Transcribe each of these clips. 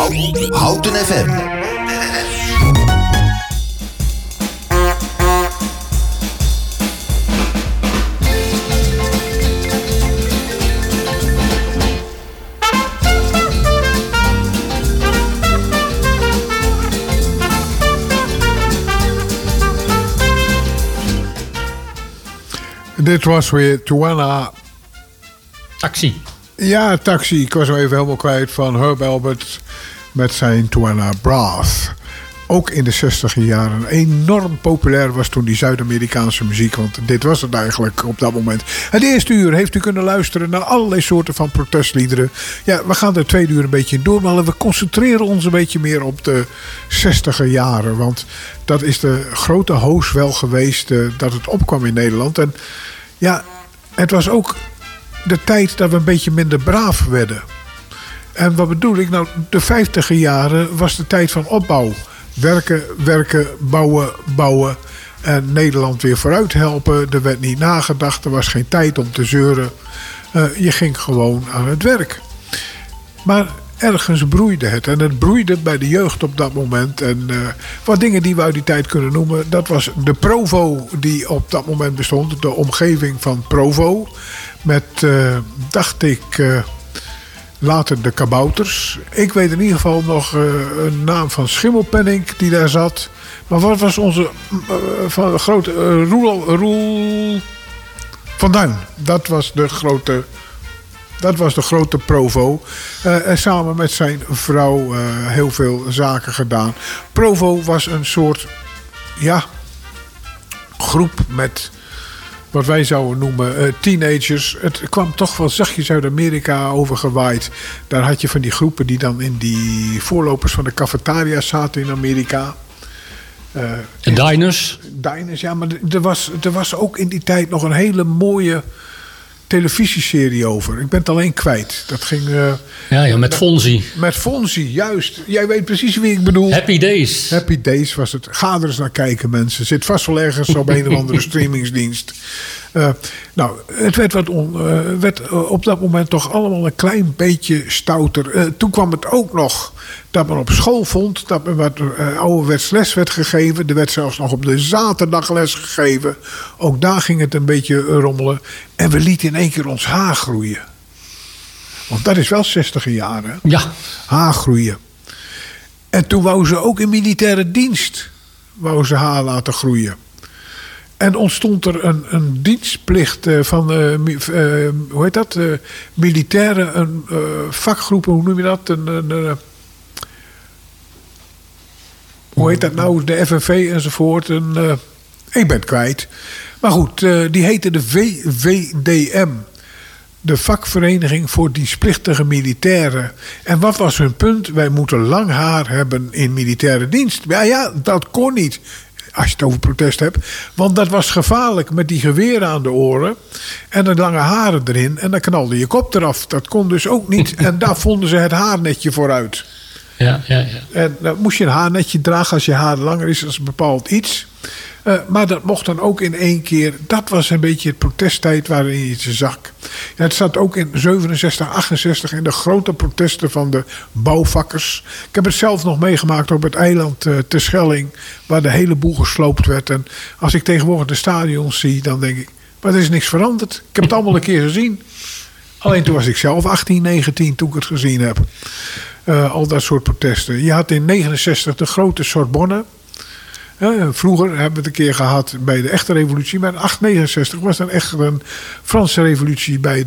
Houten FM. Dit was weer Tuana. Taxi. Ja, Taxi. Ik was hem even helemaal kwijt van Herb Alpert met zijn Tuana Brass. Ook in de 60e jaren enorm populair was toen die Zuid-Amerikaanse muziek. Want dit was het eigenlijk op dat moment. Het eerste uur heeft u kunnen luisteren naar allerlei soorten van protestliederen. Ja, we gaan er 2 uur een beetje door. Maar we concentreren ons een beetje meer op de 60e jaren. Want dat is de grote hoos wel geweest dat het opkwam in Nederland. En ja, het was ook de tijd dat we een beetje minder braaf werden. En wat bedoel ik? Nou, de 50e jaren was de tijd van opbouw. Werken, werken, bouwen, bouwen. En Nederland weer vooruit helpen. Er werd niet nagedacht. Er was geen tijd om te zeuren. Je ging gewoon aan het werk. Maar ergens broeide het. En het broeide bij de jeugd op dat moment. En wat dingen die we uit die tijd kunnen noemen. Dat was de Provo die op dat moment bestond. De omgeving van Provo. Met, dacht ik... later de Kabouters. Ik weet in ieder geval nog een naam van Schimmelpenninck die daar zat. Maar wat was onze grote Roel van Duin? Dat was de grote Provo. En samen met zijn vrouw heel veel zaken gedaan. Provo was een soort groep met wat wij zouden noemen teenagers. Het kwam toch wel zachtjes uit Amerika overgewaaid. Daar had je van die groepen die dan in die voorlopers van de cafetaria's zaten in Amerika. En diners. Diners, ja, maar er was ook in die tijd nog een hele mooie televisieserie over. Ik ben het alleen kwijt. Dat ging... met Fonzie. Met Fonzie, juist. Jij weet precies wie ik bedoel. Happy Days. Happy Days was het. Ga er eens naar kijken, mensen. Zit vast wel ergens op een of andere streamingsdienst. Het werd op dat moment toch allemaal een klein beetje stouter. Toen kwam het ook nog dat men op school vond dat men wat ouderwets les werd gegeven. Er werd zelfs nog op de zaterdag les gegeven. Ook daar ging het een beetje rommelen. En we lieten in één keer ons haar groeien. Want dat is wel 60 jaar, hè? Ja. Haar groeien. En toen wou ze ook in militaire dienst ze haar laten groeien. En ontstond er een dienstplicht van, hoe heet dat? Militaire vakgroepen, hoe noem je dat? Hoe heet dat nou? De FNV enzovoort. Ik ben het kwijt. Maar goed, die heette de VVDM. De vakvereniging voor dienstplichtige militairen. En wat was hun punt? Wij moeten lang haar hebben in militaire dienst. Ja, dat kon niet. Als je het over protest hebt. Want dat was gevaarlijk met die geweren aan de oren. En de lange haren erin. En dan knalde je kop eraf. Dat kon dus ook niet. En daar vonden ze het haarnetje vooruit. Ja. En dan moest je een haarnetje dragen als je haar langer is. Dat is een bepaald iets. Maar dat mocht dan ook in één keer. Dat was een beetje het protesttijd waarin je ze zag. Ja, het zat ook in 67, 68 in de grote protesten van de bouwvakkers. Ik heb het zelf nog meegemaakt op het eiland Terschelling. Waar de hele boel gesloopt werd. En als ik tegenwoordig de stadions zie, dan denk ik, maar er is niks veranderd. Ik heb het allemaal een keer gezien. Alleen toen was ik zelf 18, 19 toen ik het gezien heb. Al dat soort protesten. Je had in 69 de grote Sorbonne. Vroeger hebben we het een keer gehad bij de echte revolutie. Maar in 869 was dan echt een Franse revolutie bij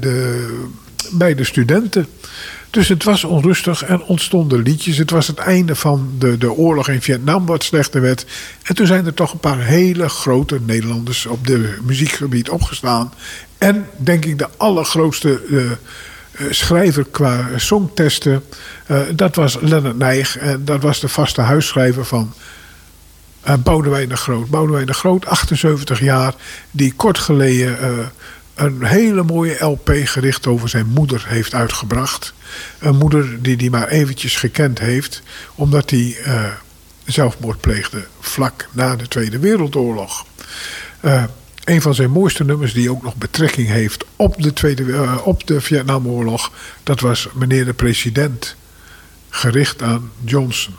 de studenten. Dus het was onrustig en ontstonden liedjes. Het was het einde van de oorlog in Vietnam wat slechter werd. En toen zijn er toch een paar hele grote Nederlanders op de muziekgebied opgestaan. En denk ik de allergrootste schrijver qua songtesten. Dat was Lennart Nijg. En dat was de vaste huisschrijver van Boudewijn de Groot. Boudewijn de Groot, 78 jaar, die kort geleden een hele mooie LP gericht over zijn moeder heeft uitgebracht. Een moeder die maar eventjes gekend heeft, omdat hij zelfmoord pleegde vlak na de Tweede Wereldoorlog. Een van zijn mooiste nummers die ook nog betrekking heeft op de Vietnamoorlog, dat was Meneer de President. gericht aan Johnson.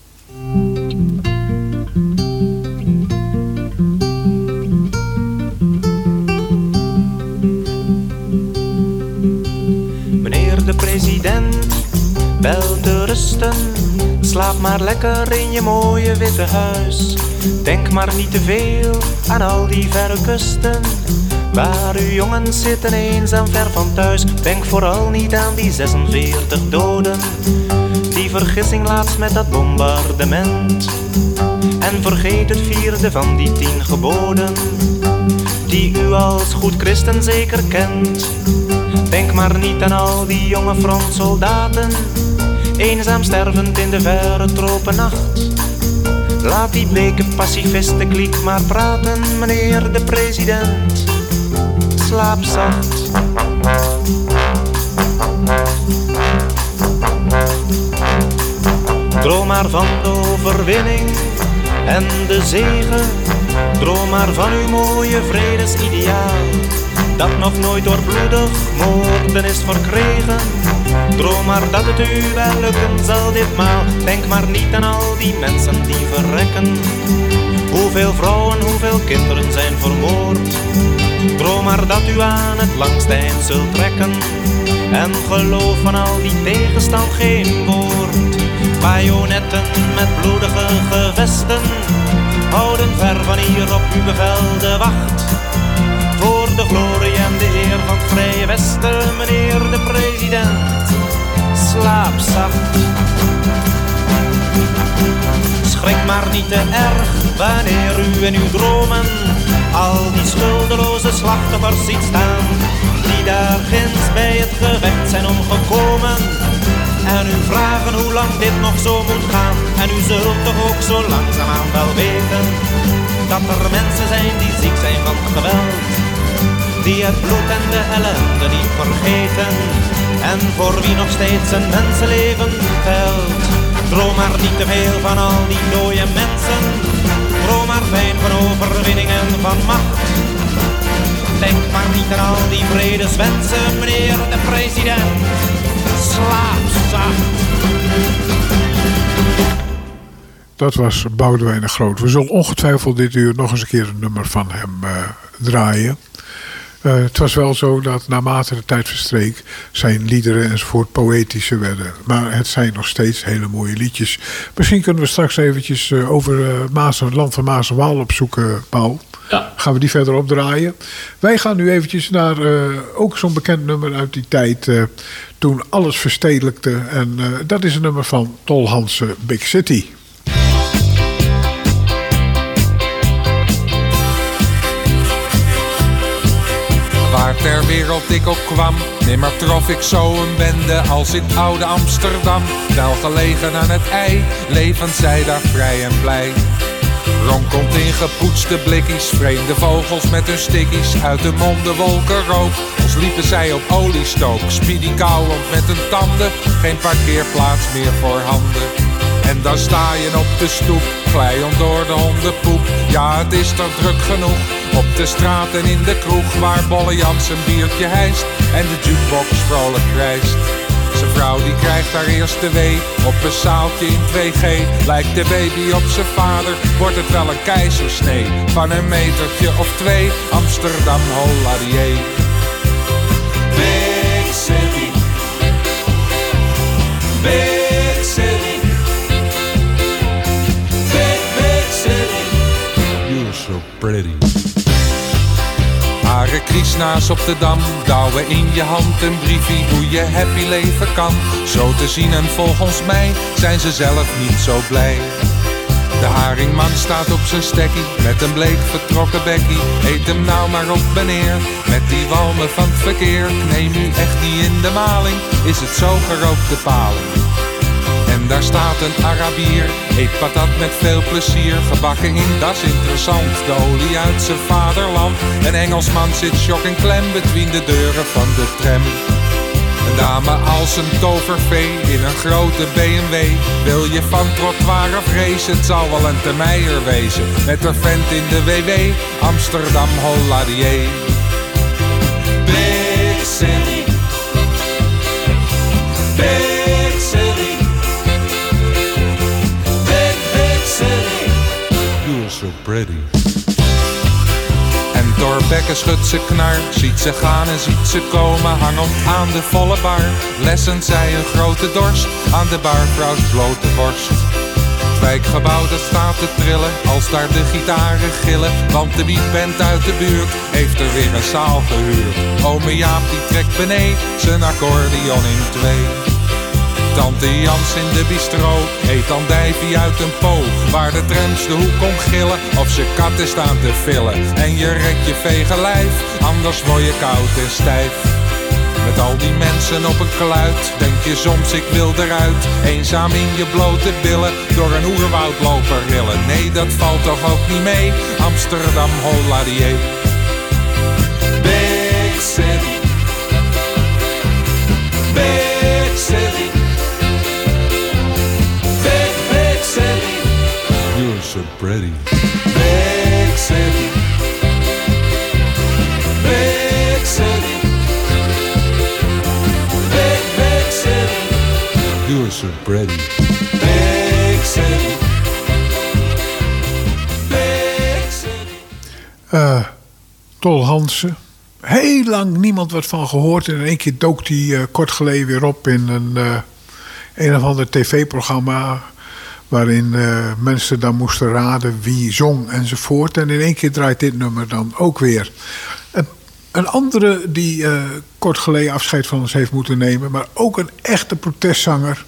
Meneer de president, wel te rusten. Slaap maar lekker in je mooie witte huis. Denk maar niet te veel aan al die verre kusten, waar uw jongens zitten eenzaam ver van thuis. Denk vooral niet aan die 46 doden, die vergissing laatst met dat bombardement. En vergeet het 4e van die 10 geboden, die u als goed christen zeker kent. Denk maar niet aan al die jonge frontsoldaten, eenzaam stervend in de verre tropennacht. Laat die bleke pacifistenkliek maar praten, meneer de president. Slaap zacht. Droom maar van de overwinning en de zegen. Droom maar van uw mooie vredesideaal, dat nog nooit door bloedig moorden is verkregen. Droom maar dat het u wel lukken zal ditmaal. Denk maar niet aan al die mensen die verrekken. Hoeveel vrouwen, hoeveel kinderen zijn vermoord. Droom maar dat u aan het langste eind zult trekken. En geloof van al die tegenstand geen woord. Bajonetten met bloedige gevesten houden ver van hier op uw bevel de wacht. Voor de glorie en de eer van het Vrije Westen, meneer de president. Slaap zacht. Schrik maar niet te erg wanneer u in uw dromen al die schuldeloze slachtoffers ziet staan, die daar ginds bij het gevecht zijn omgekomen. En u vragen hoe lang dit nog zo moet gaan. En u zult toch ook zo langzaamaan wel weten dat er mensen zijn die ziek zijn van geweld, die het bloed en de ellende niet vergeten, en voor wie nog steeds een mensenleven telt. Droom maar niet te veel van al die dode mensen. Droom maar fijn van overwinning en van macht. Denk maar niet aan al die vredeswensen, meneer de president. Slaap zacht. Dat was Boudewijn de Groot. We zullen ongetwijfeld dit uur nog eens een keer een nummer van hem draaien. Het was wel zo dat naarmate de tijd verstreek zijn liederen enzovoort poëtischer werden. Maar het zijn nog steeds hele mooie liedjes. Misschien kunnen we straks eventjes over het land van Maas en Waal opzoeken, Paul. Ja. Gaan we die verder opdraaien. Wij gaan nu eventjes naar ook zo'n bekend nummer uit die tijd. Toen alles verstedelijkte. En dat is een nummer van Tol Hansen, Big City. Waar ter wereld ik ook kwam, nimmer trof ik zo een bende als in oude Amsterdam. Wel gelegen aan het IJ, levend zij daar vrij en blij. Ronkelt in gepoetste blikkies, vreemde vogels met hun stickies, uit de monden wolken rook. Als liepen zij op oliestook, speedy kauwend met hun tanden, geen parkeerplaats meer voor handen. En dan sta je op de stoep, glijend door de hondenpoep. Ja, het is toch druk genoeg, op de straat en in de kroeg, waar Bolle Jans een biertje hijst en de jukebox vrolijk krijst. Zijn vrouw die krijgt haar eerste wee op een zaaltje in 2G. Lijkt de baby op zijn vader, wordt het wel een keizersnee. Van een metertje of 2, Amsterdam Holladier. Big City, Big City, Big City. You're so pretty. Hare Krishna's op de Dam, douwen in je hand een briefie hoe je happy leven kan. Zo te zien en volgens mij zijn ze zelf niet zo blij. De haringman staat op zijn stekkie, met een bleek vertrokken bekkie. Eet hem nou maar op meneer, met die walmen van het verkeer. Neem u echt niet in de maling, is het zo gerookte paling. En daar staat een Arabier, eet patat met veel plezier. Gebakken in, dat is interessant, de olie uit zijn vaderland. Een Engelsman zit shock en klem between de deuren van de tram. Een dame als een tovervee in een grote BMW. Wil je van trottoir of race, het zal wel een Termeijer wezen. Met een vent in de WW, Amsterdam Holladier. Big City, Big City, pretty. En Thorbecke schudt ze knar, ziet ze gaan en ziet ze komen, hangend aan de volle bar. Lessen zij een grote dorst aan de barvrouws blote borst. Het wijkgebouw dat staat te trillen als daar de gitaren gillen, want de beatband uit de buurt heeft er weer een zaal gehuurd. Ome Jaap die trekt beneden zijn accordeon in twee. Tante Jans in de bistro eet andijvie uit een poog, waar de trams de hoek om gillen of ze katten staan te villen. En je rekt je vege lijf, anders word je koud en stijf. Met al die mensen op een kluit, denk je soms ik wil eruit. Eenzaam in je blote billen, door een oerwoud lopen rillen. Nee, dat valt toch ook niet mee, Amsterdam, holla die hey. Big city, big city, big, big city. You're so pretty. Big city, big city, big, big city. You're so pretty. Big city, big city. Tol Hansen. Heel lang niemand wat van gehoord. En in één keer dook die kort geleden weer op in een of ander tv-programma. Waarin mensen dan moesten raden wie zong enzovoort. En in één keer draait dit nummer dan ook weer. Een andere die kort geleden afscheid van ons heeft moeten nemen. Maar ook een echte protestzanger.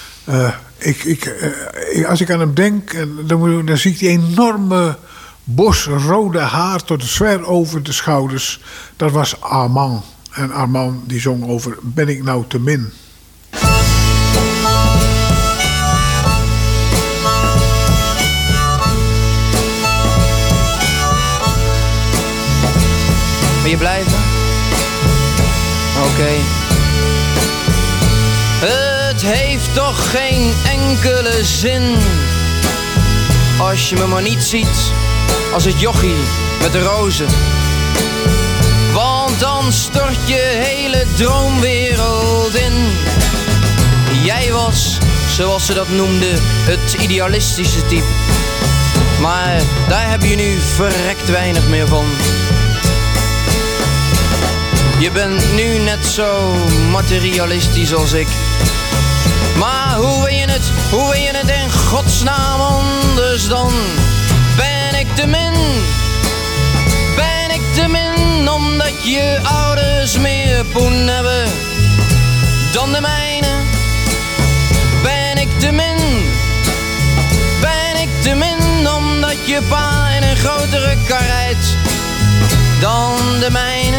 Als ik aan hem denk, dan zie ik die enorme bosrode haar tot zwer over de schouders. Dat was Armand. En Armand die zong over Ben ik nou te min. Wil je blijven? Oké. Het heeft toch geen enkele zin als je me maar niet ziet als het jochie met de rozen. Want dan stort je hele droomwereld in. Jij was, zoals ze dat noemden, het idealistische type. Maar daar heb je nu verrekt weinig meer van. Je bent nu net zo materialistisch als ik. Maar hoe wil je het in godsnaam anders dan? Ben ik te min? Ben ik te min omdat je ouders meer poen hebben dan de mijne? Ben ik te min? Ben ik te min omdat je pa in een grotere kar rijdt dan de mijne?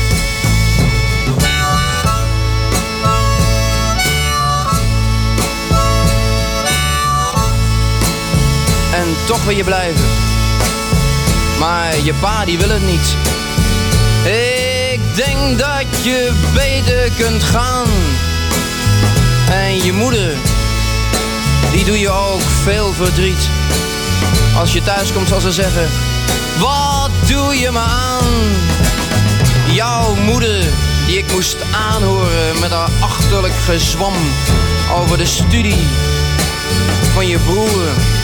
En toch wil je blijven. Maar je pa die wil het niet. Ik denk dat je beter kunt gaan. En je moeder, die doe je ook veel verdriet. Als je thuis komt zal ze zeggen: wat doe je me aan? Jouw moeder, die ik moest aanhoren met haar achterlijk gezwam over de studie van je broer.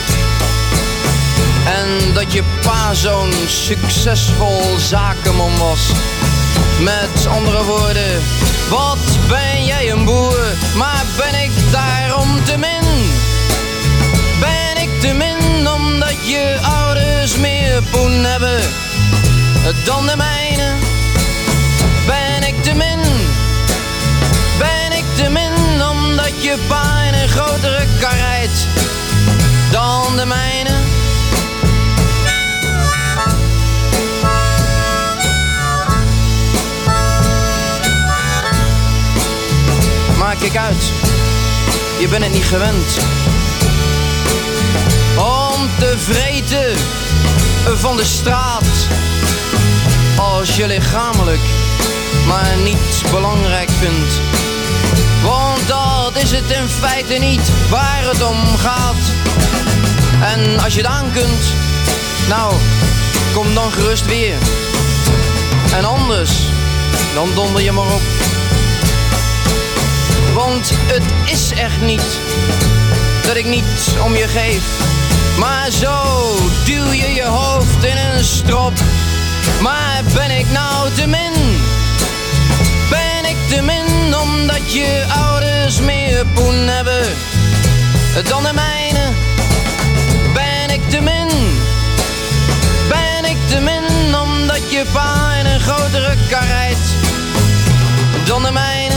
En dat je pa zo'n succesvol zakenman was. Met andere woorden, wat ben jij een boer, maar ben ik daarom te min? Ben ik te min omdat je ouders meer poen hebben dan de mijne? Ben ik te min? Ben ik te min omdat je pa in een grotere kar rijdt dan de mijne? Maar kijk uit, je bent het niet gewend om te vreten van de straat als je lichamelijk maar niet belangrijk vindt. Want dat is het in feite niet waar het om gaat. En als je het aan kunt, nou, kom dan gerust weer. En anders, dan donder je maar op. Want het is echt niet dat ik niet om je geef. Maar zo duw je je hoofd in een strop. Maar ben ik nou te min? Ben ik te min omdat je ouders meer poen hebben dan de mijne? Ben ik te min? Ben ik te min omdat je pa in een grotere kar rijdt dan de mijne?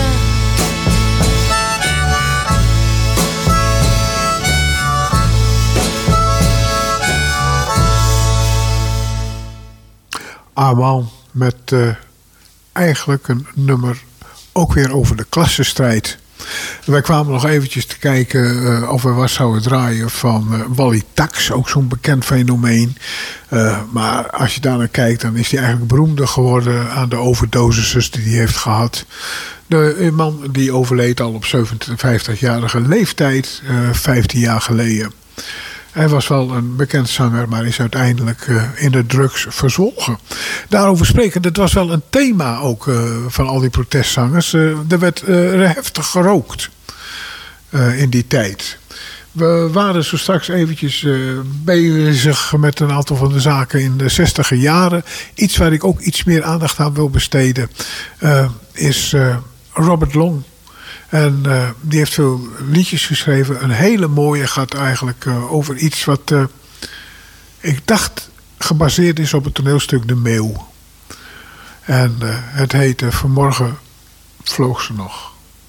Amal met eigenlijk een nummer ook weer over de klassenstrijd. Wij kwamen nog eventjes te kijken of we wat zouden draaien van Wally Tax, ook zo'n bekend fenomeen. Maar als je daar naar kijkt, dan is hij eigenlijk beroemder geworden aan de overdoses die hij heeft gehad. De man die overleed al op 57-jarige leeftijd, 15 jaar geleden. Hij was wel een bekend zanger, maar is uiteindelijk in de drugs verzwolgen. Daarover spreken, dat was wel een thema ook van al die protestzangers. Er werd heftig gerookt in die tijd. We waren zo straks eventjes bezig met een aantal van de zaken in de 60e jaren. Iets waar ik ook iets meer aandacht aan wil besteden is Robert Long. En die heeft veel liedjes geschreven. Een hele mooie gaat eigenlijk over iets wat ik dacht gebaseerd is op het toneelstuk De Meeuw. En het heette Vanmorgen vloog ze nog.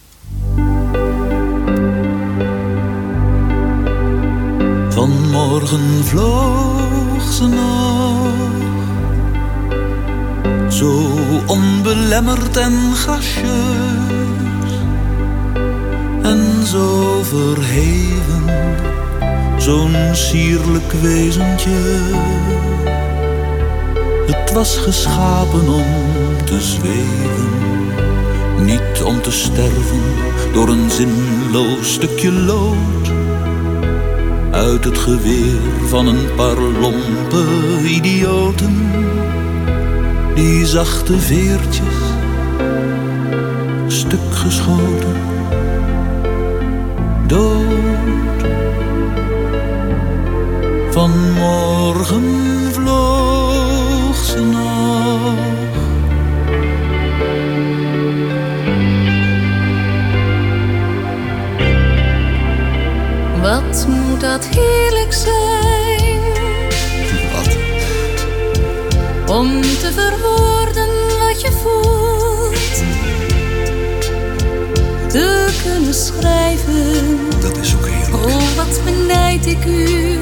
Vanmorgen vloog ze nog, zo onbelemmerd en gracieus. En zo verheven, zo'n sierlijk wezentje. Het was geschapen om te zweven, niet om te sterven door een zinloos stukje lood. Uit het geweer van een paar lompe idioten, die zachte veertjes, stuk geschoten. Dood. Vanmorgen vloog ze nog. Wat moet dat heerlijk zijn? Wat? Om te verwoorden wat je voelt. Te kunnen schrijven. Dat is ook heerlijk. Oh, wat benijd ik u.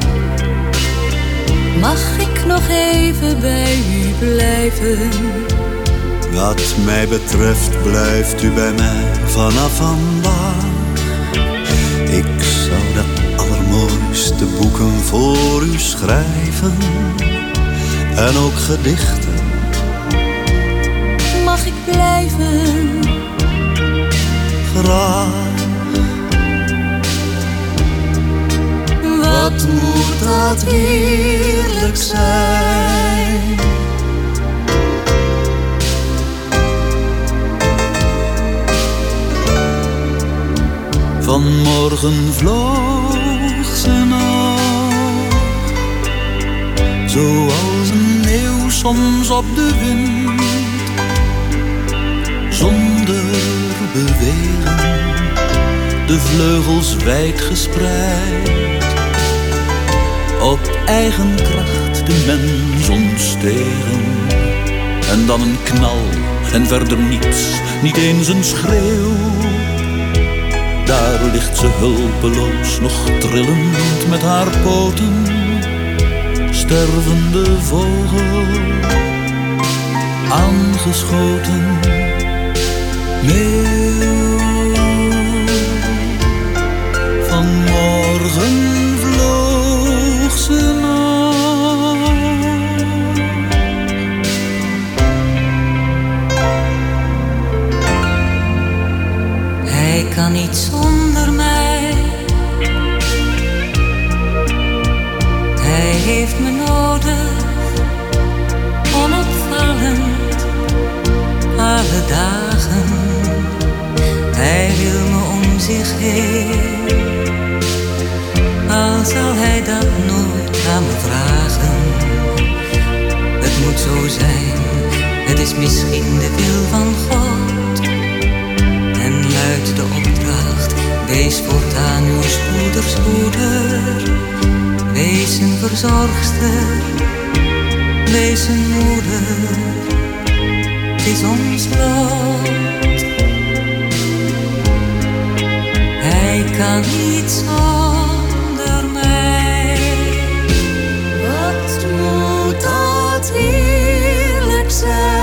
Mag ik nog even bij u blijven? Wat mij betreft blijft u bij mij vanaf vandaag. Ik zou de allermooiste boeken voor u schrijven. En ook gedichten. Mag ik blijven? Graag. Wat moet dat heerlijk zijn? Vanmorgen vloog ze nog, zoals een meeuw soms op de wind, zonder bewegen, de vleugels wijd gespreid. Op eigen kracht de mens ontstegen. En dan een knal en verder niets, niet eens een schreeuw. Daar ligt ze hulpeloos, nog trillend met haar poten. Stervende vogel, aangeschoten. Meeuw, vanmorgen vloog ze nog. Hij kan niet zonder mij. Hij heeft me nodig, onopvallend, alle dagen. Hij wil me om zich heen, als zal hij dat nooit aan me vragen. Het moet zo zijn, het is misschien de wil van God. En luidt de opdracht, wees voortaan uw spoeders moeder. Wees een verzorgster, wees een moeder. Het is ons lot. Hij kan niet zonder mij. Wat moet dat heerlijk zijn.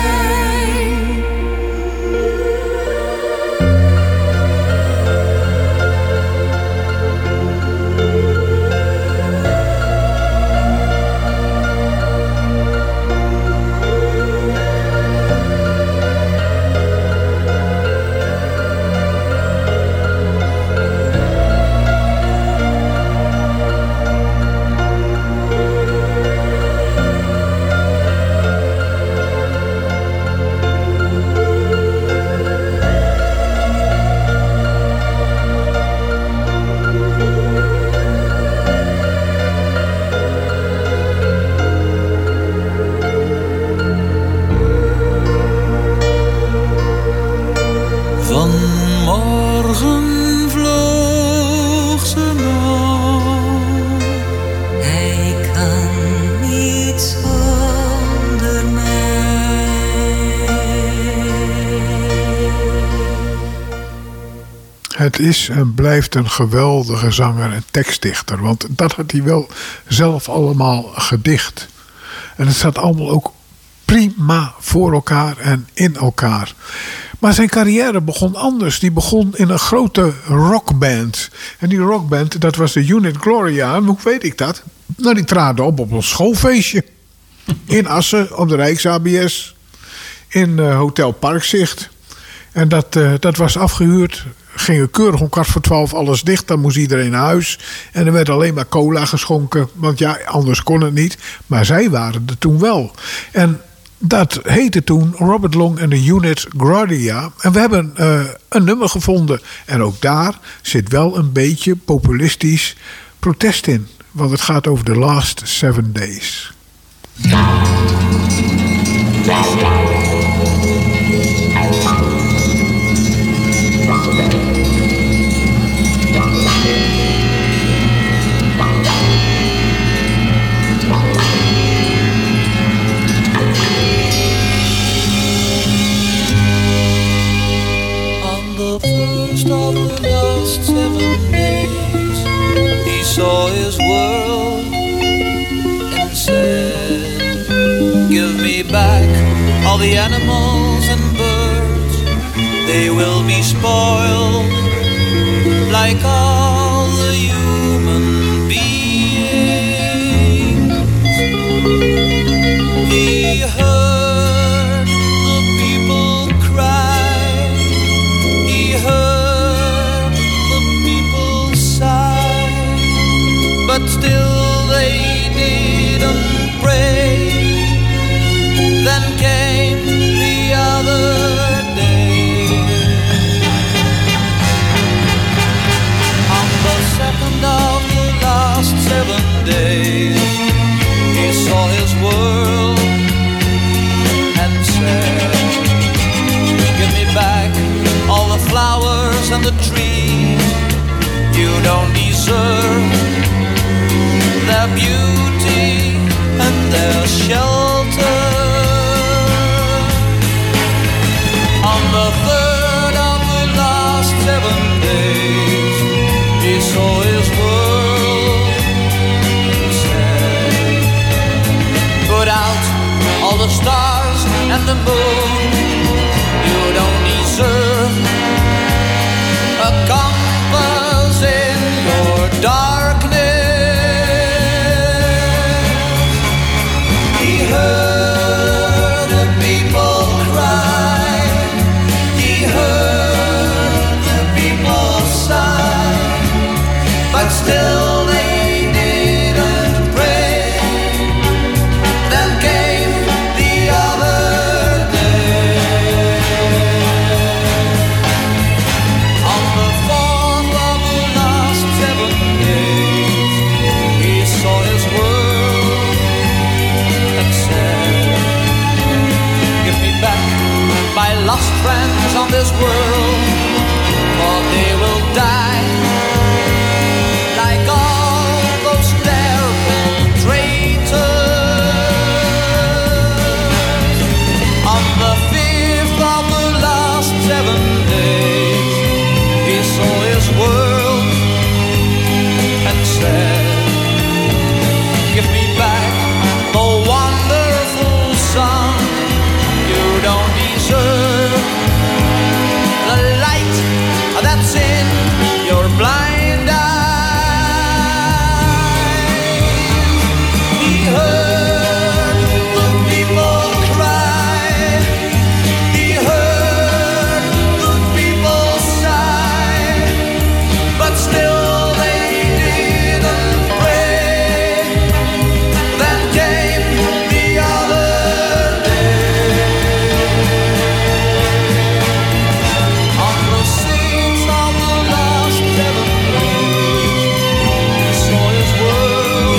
Vanmorgen vloog ze nog. Hij kan niet zonder mij. Het is en blijft een geweldige zanger en tekstdichter. Want dat had hij wel zelf allemaal gedicht. En het staat allemaal ook prima voor elkaar en in elkaar. Maar zijn carrière begon anders. Die begon in een grote rockband. En die rockband, dat was de Unit Gloria. En hoe weet ik dat? Nou, die traden op een schoolfeestje. In Assen, op de Rijks-ABS. In Hotel Parkzicht. En dat was afgehuurd. Gingen keurig om 11:15 alles dicht. Dan moest iedereen naar huis. En er werd alleen maar cola geschonken. Want ja, anders kon het niet. Maar zij waren er toen wel. En dat heette toen Robert Long en de Unit Gloria. En we hebben een nummer gevonden. En ook daar zit wel een beetje populistisch protest in. Want het gaat over The Last 7 Days. Of the last 7 days, he saw his world and said, give me back all the animals and birds. They will be spoiled like all the human beings. He heard the people cry. He heard but still they didn't pray. Then came the other day. On the second of the last 7 days, he saw his world and said, give me back all the flowers and the trees. You don't deserve their beauty and their shelter. On the third of the last 7 days, he saw his world and said, put out all the stars and the moon. You don't deserve a compass in your darkness. He heard the people cry. He heard the people sigh. But still they didn't pray. Then came the other day. On the 4th of the last 7 days, friends on this world, for they will die like all those terrible traitors. On the 5th of the last 7 days, he saw his world and said, give me back the wonderful sun. You don't deserve the light that's in your blind eyes. He heard the people cry. He heard the people sigh. But still they didn't pray. Then came the other day. On the 6th of the last 7 days, he saw his world.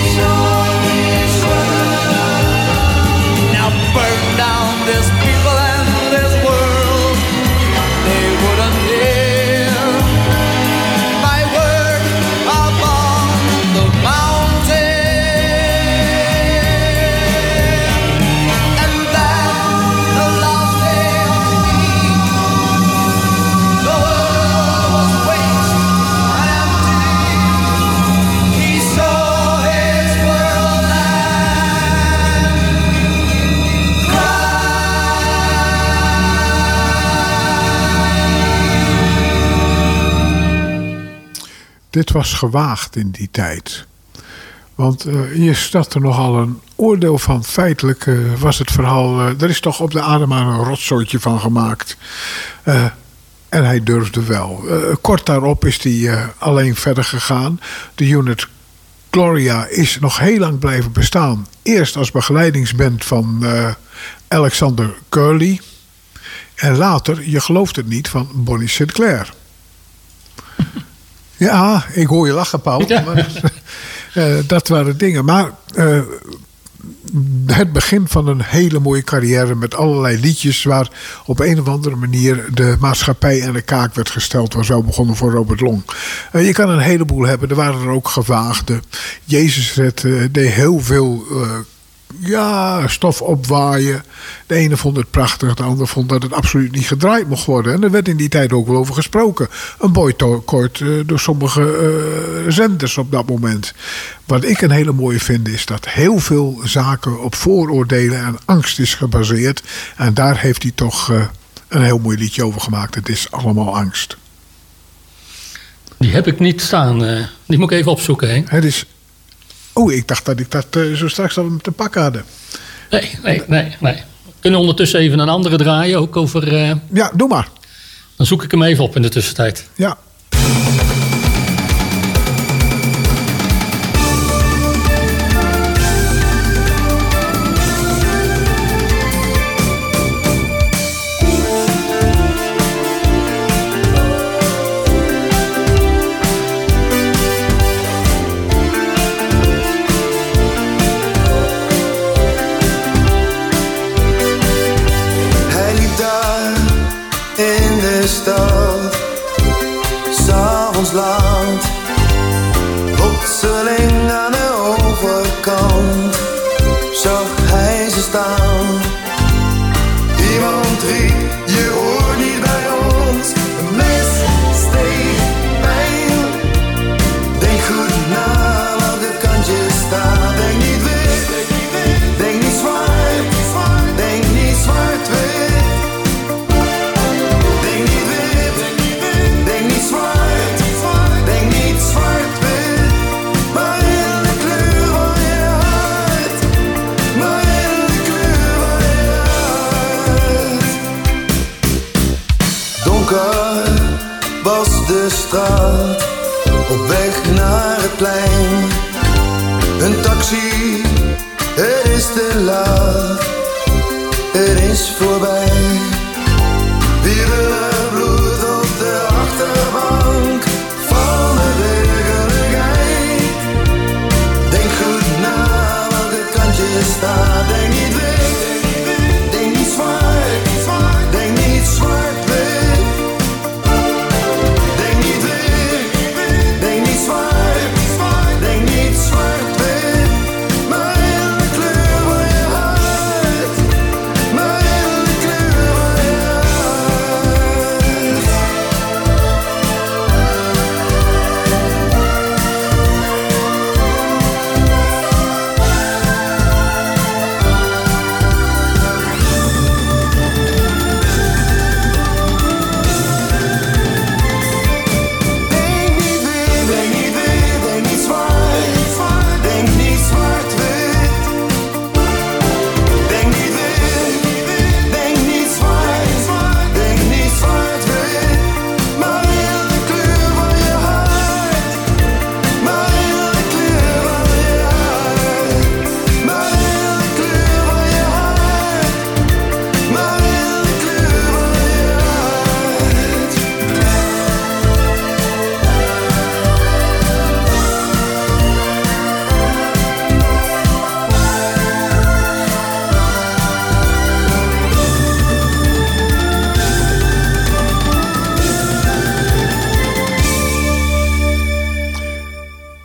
Now burn down this people and this world. They wouldn't hear my word upon the mountain. And then the last day of the week, the world was waste and empty. He saw his world and Dit was gewaagd in die tijd. Want hier staat er nogal een oordeel van. Feitelijk was het verhaal... er is toch op de Adema een rotzooitje van gemaakt. En hij durfde wel. Kort daarop is hij alleen verder gegaan. De unit Gloria is nog heel lang blijven bestaan. Eerst als begeleidingsband van Alexander Curley. En later, je gelooft het niet, van Bonnie Sinclair. Ja, ik hoor je lachen, Paul. Ja. Maar, dat waren dingen. Maar het begin van een hele mooie carrière met allerlei liedjes waar op een of andere manier de maatschappij aan de kaak werd gesteld. Was zo begonnen voor Robert Long. Je kan een heleboel hebben. Er waren er ook gewaagde. Jezus deed heel veel stof opwaaien. De ene vond het prachtig, de ander vond dat het absoluut niet gedraaid mocht worden. En er werd in die tijd ook wel over gesproken. Een boycott door sommige zenders op dat moment. Wat ik een hele mooie vind is dat heel veel zaken op vooroordelen en angst is gebaseerd. En daar heeft hij toch een heel mooi liedje over gemaakt. Het is allemaal angst. Die heb ik niet staan. Die moet ik even opzoeken, hè? Het is... Oh, ik dacht dat ik dat zo straks al te pakken hadden. Nee. We kunnen ondertussen even een andere draaien, ook over... Ja, doe maar. Dan zoek ik hem even op in de tussentijd. Ja. stad, 's'avonds laat, plotseling aan de overkant zag hij ze staan. Iemand riep, je hoort niet bij ons, een mes steekt pijn. Denk goed na welke kant je staat, denk niet wit, denk niet zwart, denk niet zwart-wit. Was de straat op weg naar het plein. Een taxi, het is te laat, het is voorbij. Wiebelig bloed op de achterbank van de burgerlijkheid. Denk goed na welke kant je staat, denk niet wit, denk niet zwart, denk niet zwart.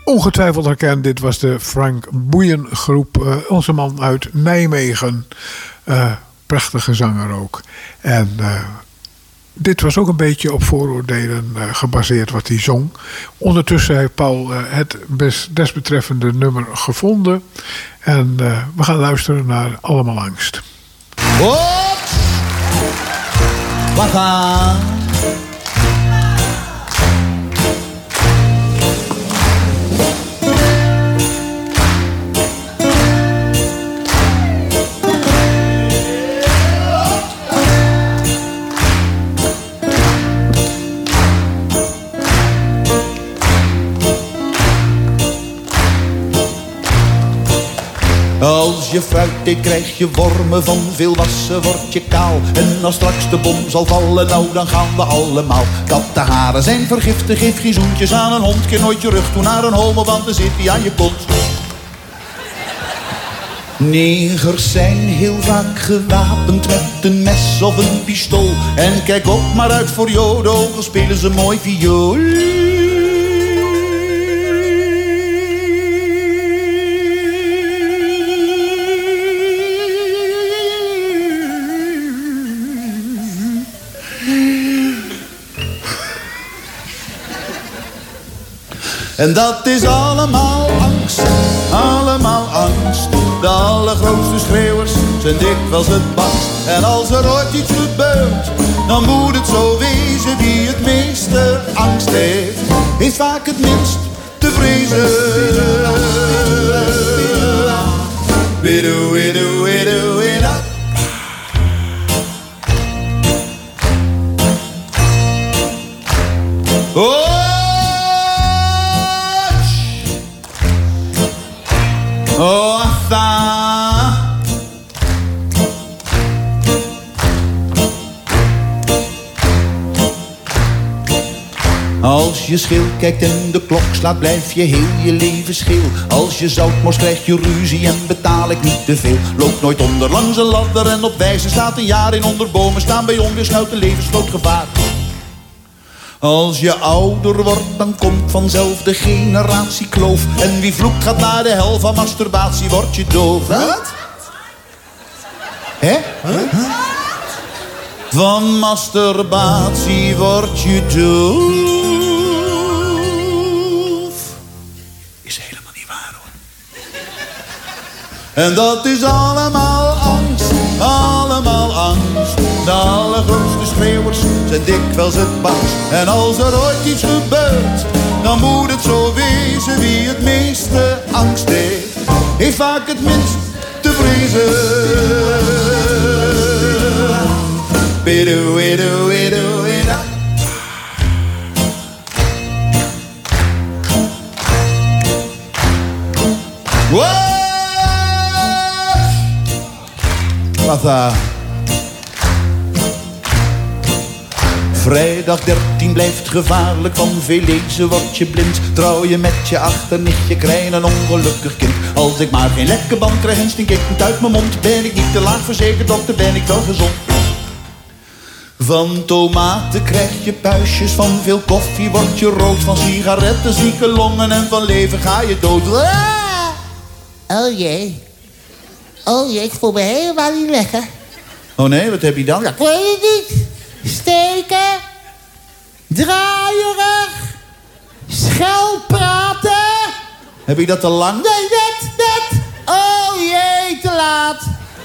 ongetwijfeld herkend. Dit was de Frank Boeien groep. Onze man uit Nijmegen. Prachtige zanger ook. En dit was ook een beetje op vooroordelen gebaseerd wat hij zong. Ondertussen heeft Paul het desbetreffende nummer gevonden. En we gaan luisteren naar Allemaal Angst. Wat? We gaan. Als je fruit eet krijg je wormen, van veel wassen word je kaal. En als straks de bom zal vallen, nou dan gaan we allemaal. Kattenharen zijn vergiftig, geef geen zoentjes aan een hond. Keer nooit je rug toe naar een homo, want dan zit hij aan je kont. Negers zijn heel vaak gewapend met een mes of een pistool. En kijk ook maar uit voor jodo, dan spelen ze mooi viool. En dat is allemaal angst, allemaal angst. De allergrootste schreeuwers zijn dikwijls het bangst. En als er ooit iets gebeurt, dan moet het zo wezen. Wie het meeste angst heeft, heeft vaak het minst te vrezen. Widow, widow, widow, widow. Oh! Oh, Atha. Als je schil kijkt en de klok slaat, blijf je heel je leven schil. Als je zoutmors krijg je ruzie en betaal ik niet te veel. Loop nooit onder langs een ladder en op wijze staat een jaar in. Onder bomen staan bij onweerschuit een levensgroot gevaar. Als je ouder wordt, dan komt vanzelf de generatiekloof. En wie vloekt gaat naar de hel, van masturbatie word je doof. Wat? Hè? Huh? Van masturbatie word je doof. Is helemaal niet waar, hoor. En dat is allemaal angst, allemaal angst. De allergrootste schreeuwers zijn dikwijls het bangst. En als er ooit iets gebeurt, dan moet het zo wezen. Wie het meeste angst heeft, heeft vaak het minst te vrezen. Widow, widow, widow, widow. Wat? Vrijdag 13 blijft gevaarlijk, van veel lezen word je blind. Trouw je met je achternichtje, krijg een ongelukkig kind. Als ik maar geen lekke band krijg en stink ik niet uit mijn mond. Ben ik niet te laag verzekerd, dokter, ben ik wel gezond. Van tomaten krijg je puistjes, van veel koffie word je rood. Van sigaretten zieke longen en van leven ga je dood. Oh jee. Oh jee, ik voel me helemaal niet lekker. Oh nee, wat heb je dan? Ja, ik weet het niet. Steken, draaierig, schel praten. Heb ik dat te lang? Nee, net. Oh jee, te laat.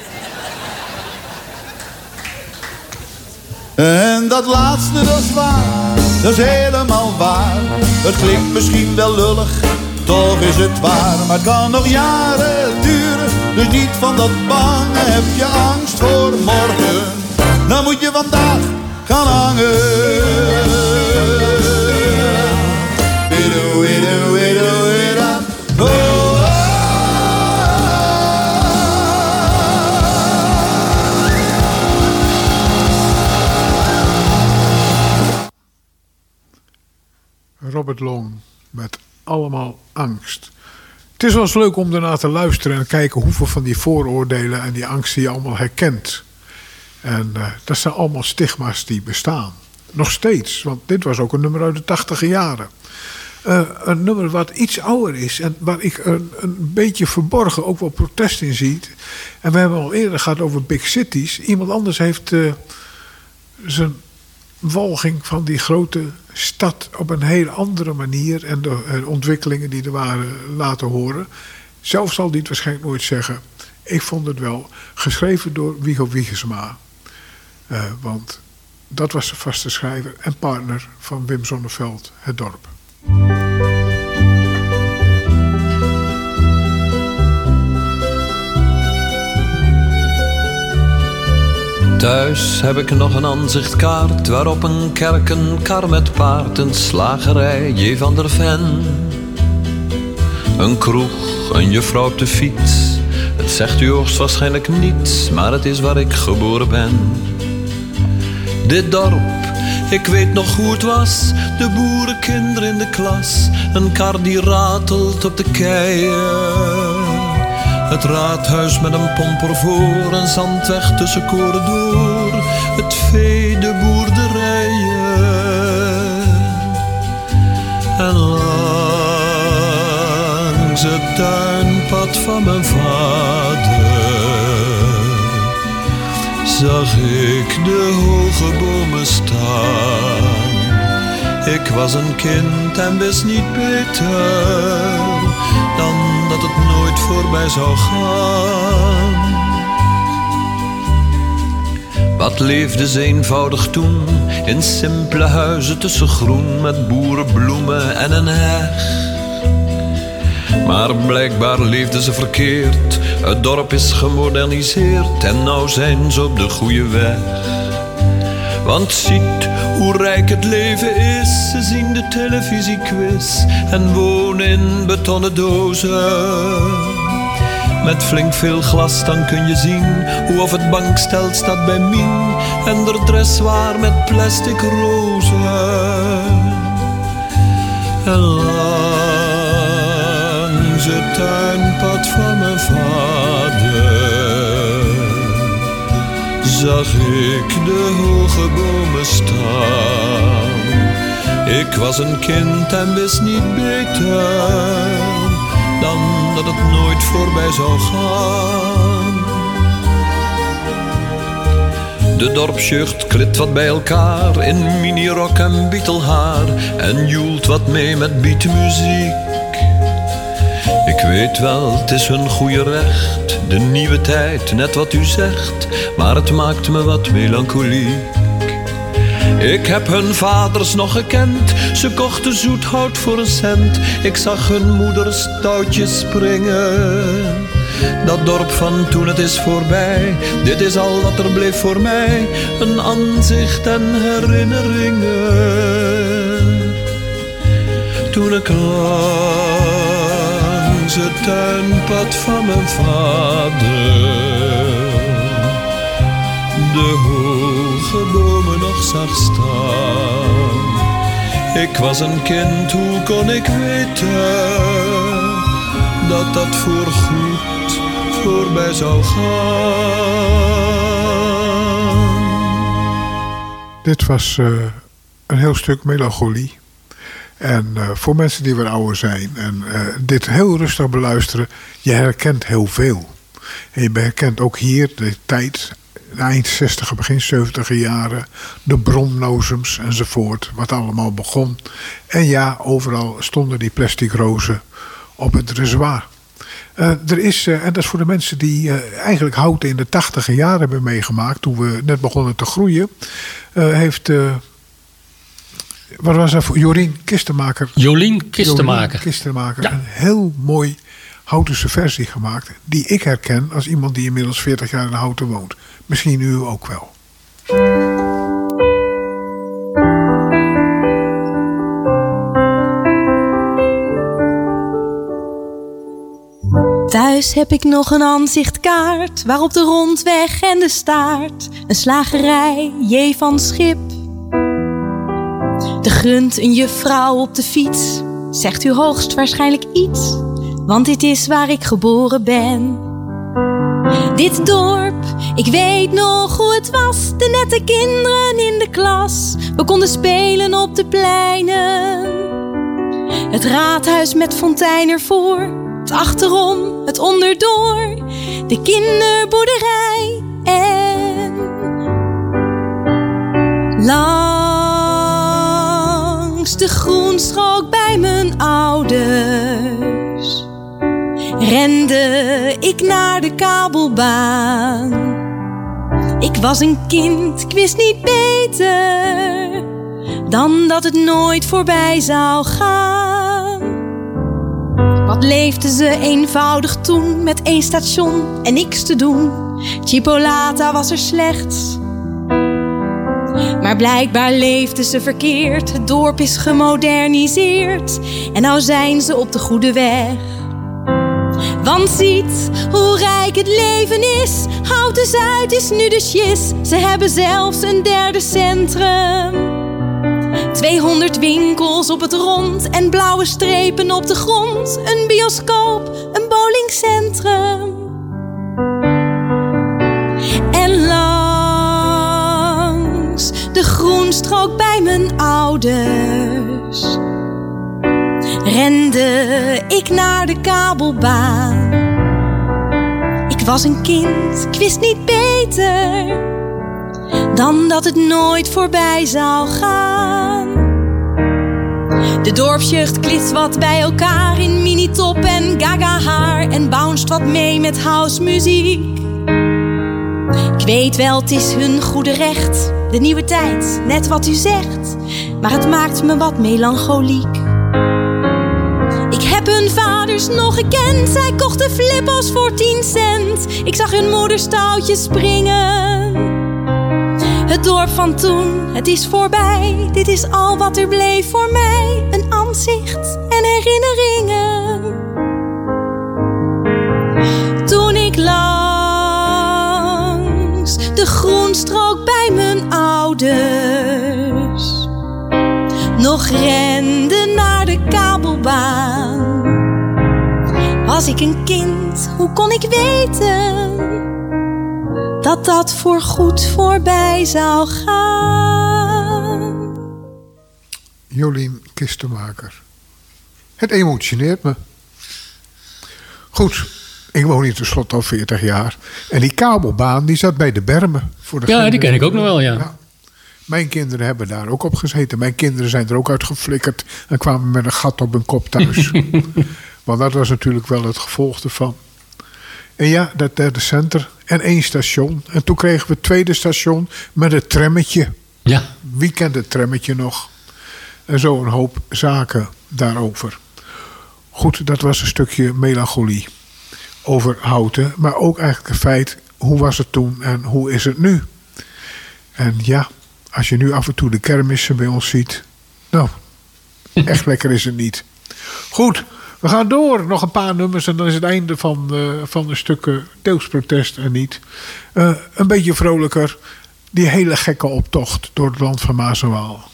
En dat laatste, dat is waar. Dat is helemaal waar. Het klinkt misschien wel lullig, toch is het waar. Maar het kan nog jaren duren, dus niet van dat bange. Heb je angst voor morgen, dan moet je vandaag gaan hangen. Widow, widow, widow, widow. Oh. Robert Long met Allemaal Angst. Het is wel eens leuk om ernaar te luisteren en kijken hoeveel van die vooroordelen en die angsten je allemaal herkent. En dat zijn allemaal stigma's die bestaan. Nog steeds, want dit was ook een nummer uit de 80e jaren. Een nummer wat iets ouder is. En waar ik een beetje verborgen ook wel protest in zie. En we hebben al eerder gehad over big cities. Iemand anders heeft zijn walging van die grote stad op een heel andere manier. En de ontwikkelingen die er waren laten horen. Zelf zal hij het waarschijnlijk nooit zeggen. Ik vond het wel geschreven door Wiggo Wiegersma. Want dat was de vaste schrijver en partner van Wim Sonneveld, Het Dorp. Thuis heb ik nog een aanzichtkaart waarop een kerk, een kar met paard, een slagerij, J. van der Ven. Een kroeg, een juffrouw op de fiets. Het zegt u hoogstwaarschijnlijk niets, maar het is waar ik geboren ben. Dit dorp, ik weet nog hoe het was, de boerenkinderen in de klas. Een kar die ratelt op de keien. Het raadhuis met een pomper voor, een zandweg tussen koren door. Het vee, de boerderijen. En langs het tuinpad van mijn vader zag ik de hoge bomen staan. Ik was een kind en wist niet beter dan dat het nooit voorbij zou gaan. Wat leefde ze eenvoudig toen, in simpele huizen tussen groen, met boerenbloemen en een heg. Maar blijkbaar leefden ze verkeerd, het dorp is gemoderniseerd en nou zijn ze op de goede weg. Want ziet hoe rijk het leven is, ze zien de televisiequiz en wonen in betonnen dozen. Met flink veel glas dan kun je zien hoe of het bankstel staat bij Mien en de dressoir met plastic rozen. En langs het tuinpad van mijn vader zag ik de hoge bomen staan. Ik was een kind en wist niet beter dan dat het nooit voorbij zou gaan. De dorpsjeugd klit wat bij elkaar in minirok en bietelhaar en joelt wat mee met beatmuziek. Ik weet wel, het is hun goede recht, de nieuwe tijd, net wat u zegt, maar het maakt me wat melancholiek. Ik heb hun vaders nog gekend, ze kochten zoethout voor een cent. Ik zag hun moeders touwtjes springen. Dat dorp van toen, het is voorbij, dit is al wat er bleef voor mij. Een aanzicht en herinneringen. Toen ik langs het tuinpad van mijn vader de hoge bomen nog zag staan. Ik was een kind, hoe kon ik weten dat dat voorgoed voorbij zou gaan? Dit was een heel stuk melancholie. En voor mensen die weer ouder zijn en dit heel rustig beluisteren, je herkent heel veel. En je herkent ook hier de tijd, eind 60, begin 70 jaren, de bromnozems enzovoort, wat allemaal begon. En ja, overal stonden die plastic rozen op het reservoir. Er is, en dat is voor de mensen die eigenlijk hout in de 80e jaren hebben meegemaakt, toen we net begonnen te groeien, heeft... wat was dat voor Jolien Kistenmaker? Jolien Kistenmaker. Ja. Een heel mooi Houtense versie gemaakt, die ik herken als iemand die inmiddels 40 jaar in Houten woont. Misschien u ook wel. Thuis heb ik nog een aanzichtkaart, waarop de rondweg en de staart, een slagerij, J. van Schip. De grunt, een juffrouw op de fiets, zegt u hoogstwaarschijnlijk iets, want dit is waar ik geboren ben. Dit dorp, ik weet nog hoe het was, de nette kinderen in de klas. We konden spelen op de pleinen. Het raadhuis met fontein ervoor, het achterom, het onderdoor, de kinderboerderij en langs de groenstrook bij mijn ouders rende ik naar de kabelbaan. Ik was een kind, ik wist niet beter dan dat het nooit voorbij zou gaan. Wat leefden ze eenvoudig toen met 1 station en niks te doen. Chipolata was er slechts, maar blijkbaar leefden ze verkeerd. Het dorp is gemoderniseerd en nou zijn ze op de goede weg. Want ziet hoe rijk het leven is. Houten Zuid is nu de shis. Ze hebben zelfs een 3e centrum. 200 winkels op het rond en blauwe strepen op de grond. Een bioscoop, een bowlingcentrum. En langs de groenstrook bij mijn ouders rende ik naar de kabelbaan. Ik was een kind, ik wist niet beter dan dat het nooit voorbij zou gaan. De dorpsjeugd klitst wat bij elkaar in minitop en gaga haar en bounced wat mee met housemuziek. Ik weet wel, het is hun goede recht, de nieuwe tijd, net wat u zegt, maar het maakt me wat melancholiek. Ik heb hun vaders nog gekend, zij kochten flippos voor 10 cent. Ik zag hun moeders touwtjes springen. Het dorp van toen, het is voorbij, dit is al wat er bleef voor mij. Een aanzicht en herinneringen. Toen ik langs de groenstrook bij mijn ouders nog rende naar de kabelbaan. Was ik een kind, hoe kon ik weten dat dat voorgoed voorbij zou gaan? Jolien Kistenmaker. Het emotioneert me. Goed, ik woon hier tenslotte al 40 jaar. En die kabelbaan die zat bij de Bermen. Ja, die ken ik ook nog wel, ja. Mijn kinderen hebben daar ook op gezeten. Mijn kinderen zijn er ook uit geflikkerd en kwamen met een gat op hun kop thuis. Want dat was natuurlijk wel het gevolg ervan. En ja, dat 3e center en 1 station. En toen kregen we het 2e station met het trammetje. Ja. Wie kent het trammetje nog? En zo een hoop zaken daarover. Goed, dat was een stukje melancholie over Houten. Maar ook eigenlijk het feit, hoe was het toen en hoe is het nu? En ja, als je nu af en toe de kermissen bij ons ziet. Nou, echt lekker is het niet. Goed, we gaan door. Nog een paar nummers en dan is het einde van de stukken deels protest en niet. Een beetje vrolijker. Die hele gekke optocht door het land van Maas en Waal.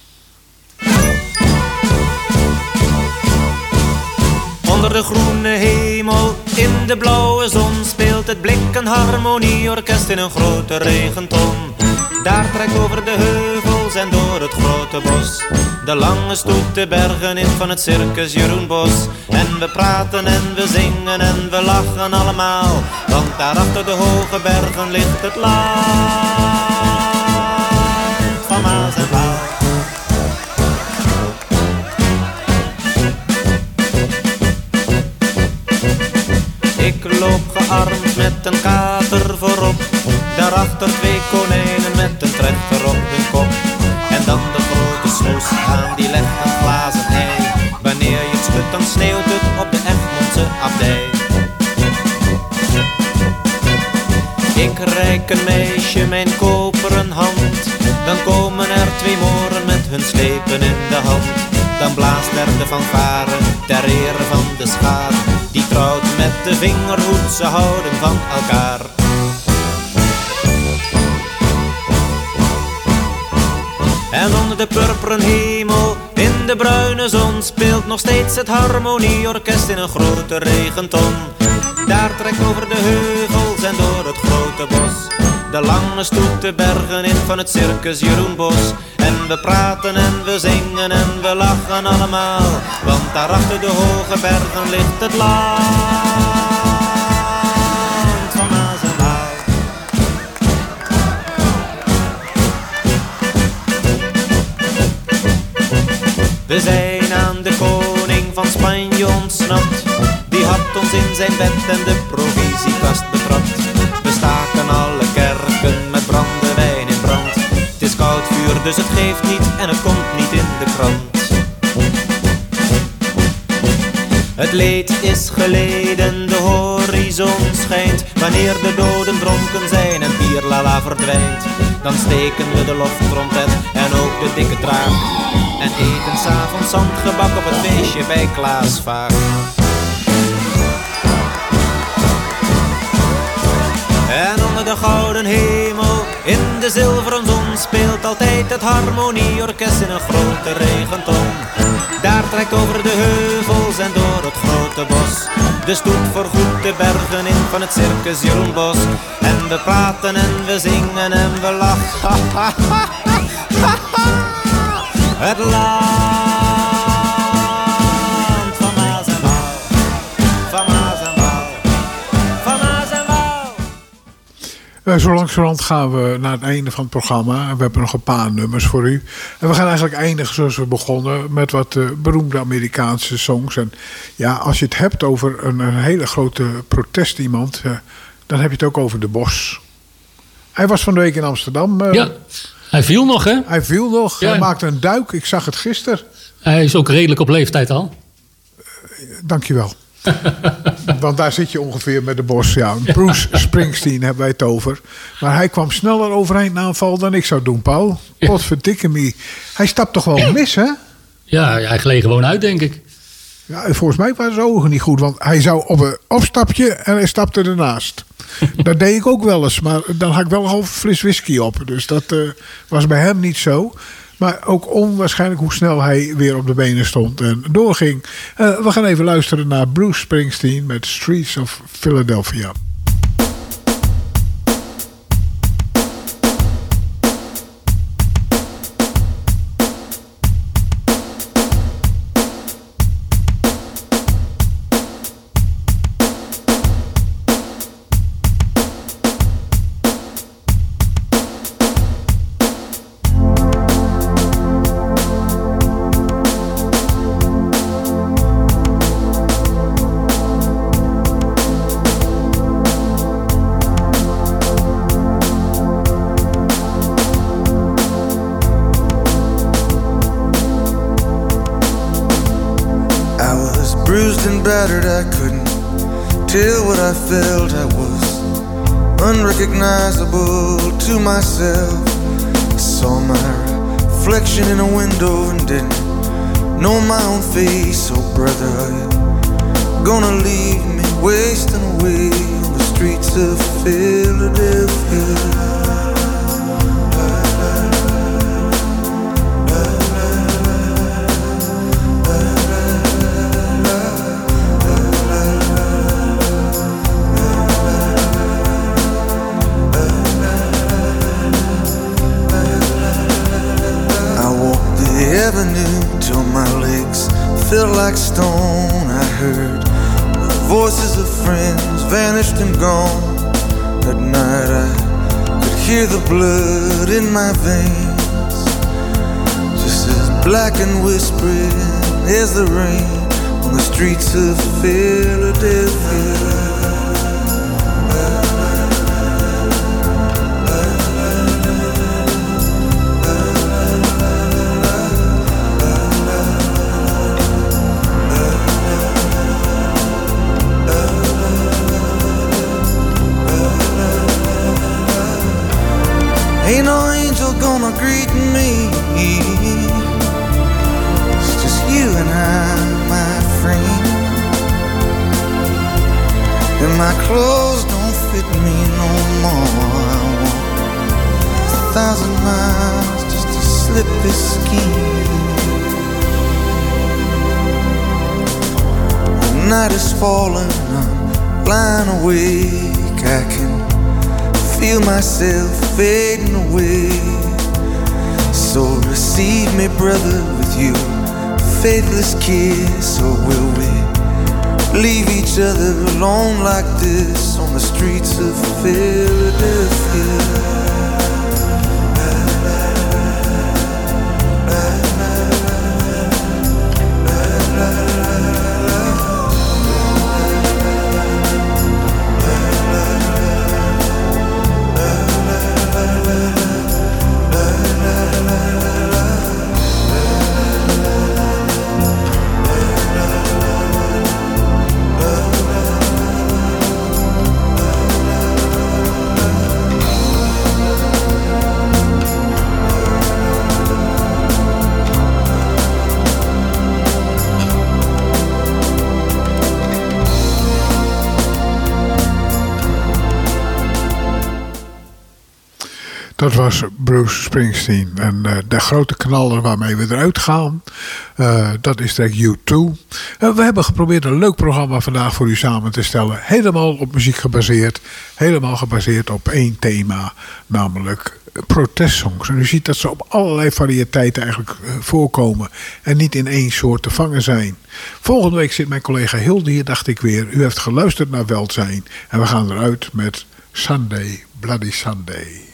Onder de groene hemel, in de blauwe zon, speelt het Blikken Harmonieorkest in een grote regenton. Daar trekt over de heuvels en door het grote bos de lange stoet de bergen in van het circus Jeroen Bos. En we praten en we zingen en we lachen allemaal, want daar achter de hoge bergen ligt het land van Maas en Waal. Ik loop gearmd met een kater voorop, daarachter 2 konijnen met een trechter op hun kop. En dan de grote snoes aan die legt een glazen ei. Wanneer je het schudt dan sneeuwt het op de Egmondse abdij. Ik reik een meisje mijn koperen hand, dan komen er 2 moren met hun slepen in de hand. Dan blaast er de fanfare ter ere van de schaar, die trouwt met de vingerhoed, ze houden van elkaar. En onder de purperen hemel, in de bruine zon, speelt nog steeds het Harmonieorkest in een grote regenton. Daar trekt over de heuvels en door het grote bos de lange stoet de bergen in van het circus Jeroen Bos. En we praten en we zingen en we lachen allemaal, want daar achter de hoge bergen ligt het land van Maas en Waal. We zijn aan de koning van Spanje ontsnapt. Die had ons in zijn bed en de provisiekast betrapt. We staken alle kerken met brandewijn in brand. Het is koud vuur, dus het geeft niet en het komt niet in de krant. Het leed is geleden, de horizon schijnt. Wanneer de doden dronken zijn en bierlala verdwijnt, dan steken we de loftrompet en ook de dikke draak. En eten 's avonds zandgebak op het feestje bij Klaas Vaak. En onder de gouden hemel, in de zilveren zon, speelt altijd het harmonieorkest in een grote regenton. Daar trekt over de heuvels en door het grote bos de stoet voorgoed de bergen in van het circus Jeroen Bos. En we praten en we zingen en we lachen. Het land van Maas en Waal, van Maas en Waal, van Maas en Waal. Zo langzamerhand gaan we naar het einde van het programma. We hebben nog een paar nummers voor u. En we gaan eigenlijk eindigen zoals we begonnen, met wat beroemde Amerikaanse songs. En ja, als je het hebt over een hele grote protest iemand, dan heb je het ook over de Bos. Hij was van de week in Amsterdam. Ja, hij viel nog, hè? Hij viel nog. Ja. Hij maakte een duik. Ik zag het gisteren. Hij is ook redelijk op leeftijd al. Dankjewel. Want daar zit je ongeveer met de Bos. Ja, Bruce Springsteen hebben wij het over. Maar hij kwam sneller overeind na een val dan ik zou doen, Paul. Potverdikke me. Hij stapt toch wel mis, hè? Ja, hij gleed gewoon uit, denk ik. Ja, volgens mij waren zijn ogen niet goed. Want hij zou op een opstapje en hij stapte ernaast. Dat deed ik ook wel eens. Maar dan had ik wel een half fles whisky op. Dus dat was bij hem niet zo. Maar ook onwaarschijnlijk hoe snel hij weer op de benen stond en doorging. We gaan even luisteren naar Bruce Springsteen met Streets of Philadelphia. Battered, I couldn't tell what I felt. I was unrecognizable to myself. I saw my reflection in a window and didn't know my own face. Oh brother, are you gonna leave me wasting away on the streets of Philadelphia? Till my legs felt like stone. I heard the voices of friends vanished and gone. At night I could hear the blood in my veins, just as black and whispering as the rain on the streets of Philadelphia. Ain't no angel gonna greet me. It's just you and I, my friend. And my clothes don't fit me no more. I walk 1,000 miles just to slip this skin. The night is falling, I'm lying awake. I can feel myself fading away. So receive me, brother, with you faithless kiss, or will we leave each other alone like this on the streets of Philadelphia? Dat was Bruce Springsteen. En de grote knaller waarmee we eruit gaan, dat is de U2. We hebben geprobeerd een leuk programma vandaag voor u samen te stellen. Helemaal op muziek gebaseerd. Helemaal gebaseerd op één thema, namelijk protestsongs. En u ziet dat ze op allerlei variëteiten eigenlijk voorkomen. En niet in één soort te vangen zijn. Volgende week zit mijn collega Hilde hier, dacht ik weer. U heeft geluisterd naar Welzijn. En we gaan eruit met Sunday, Bloody Sunday.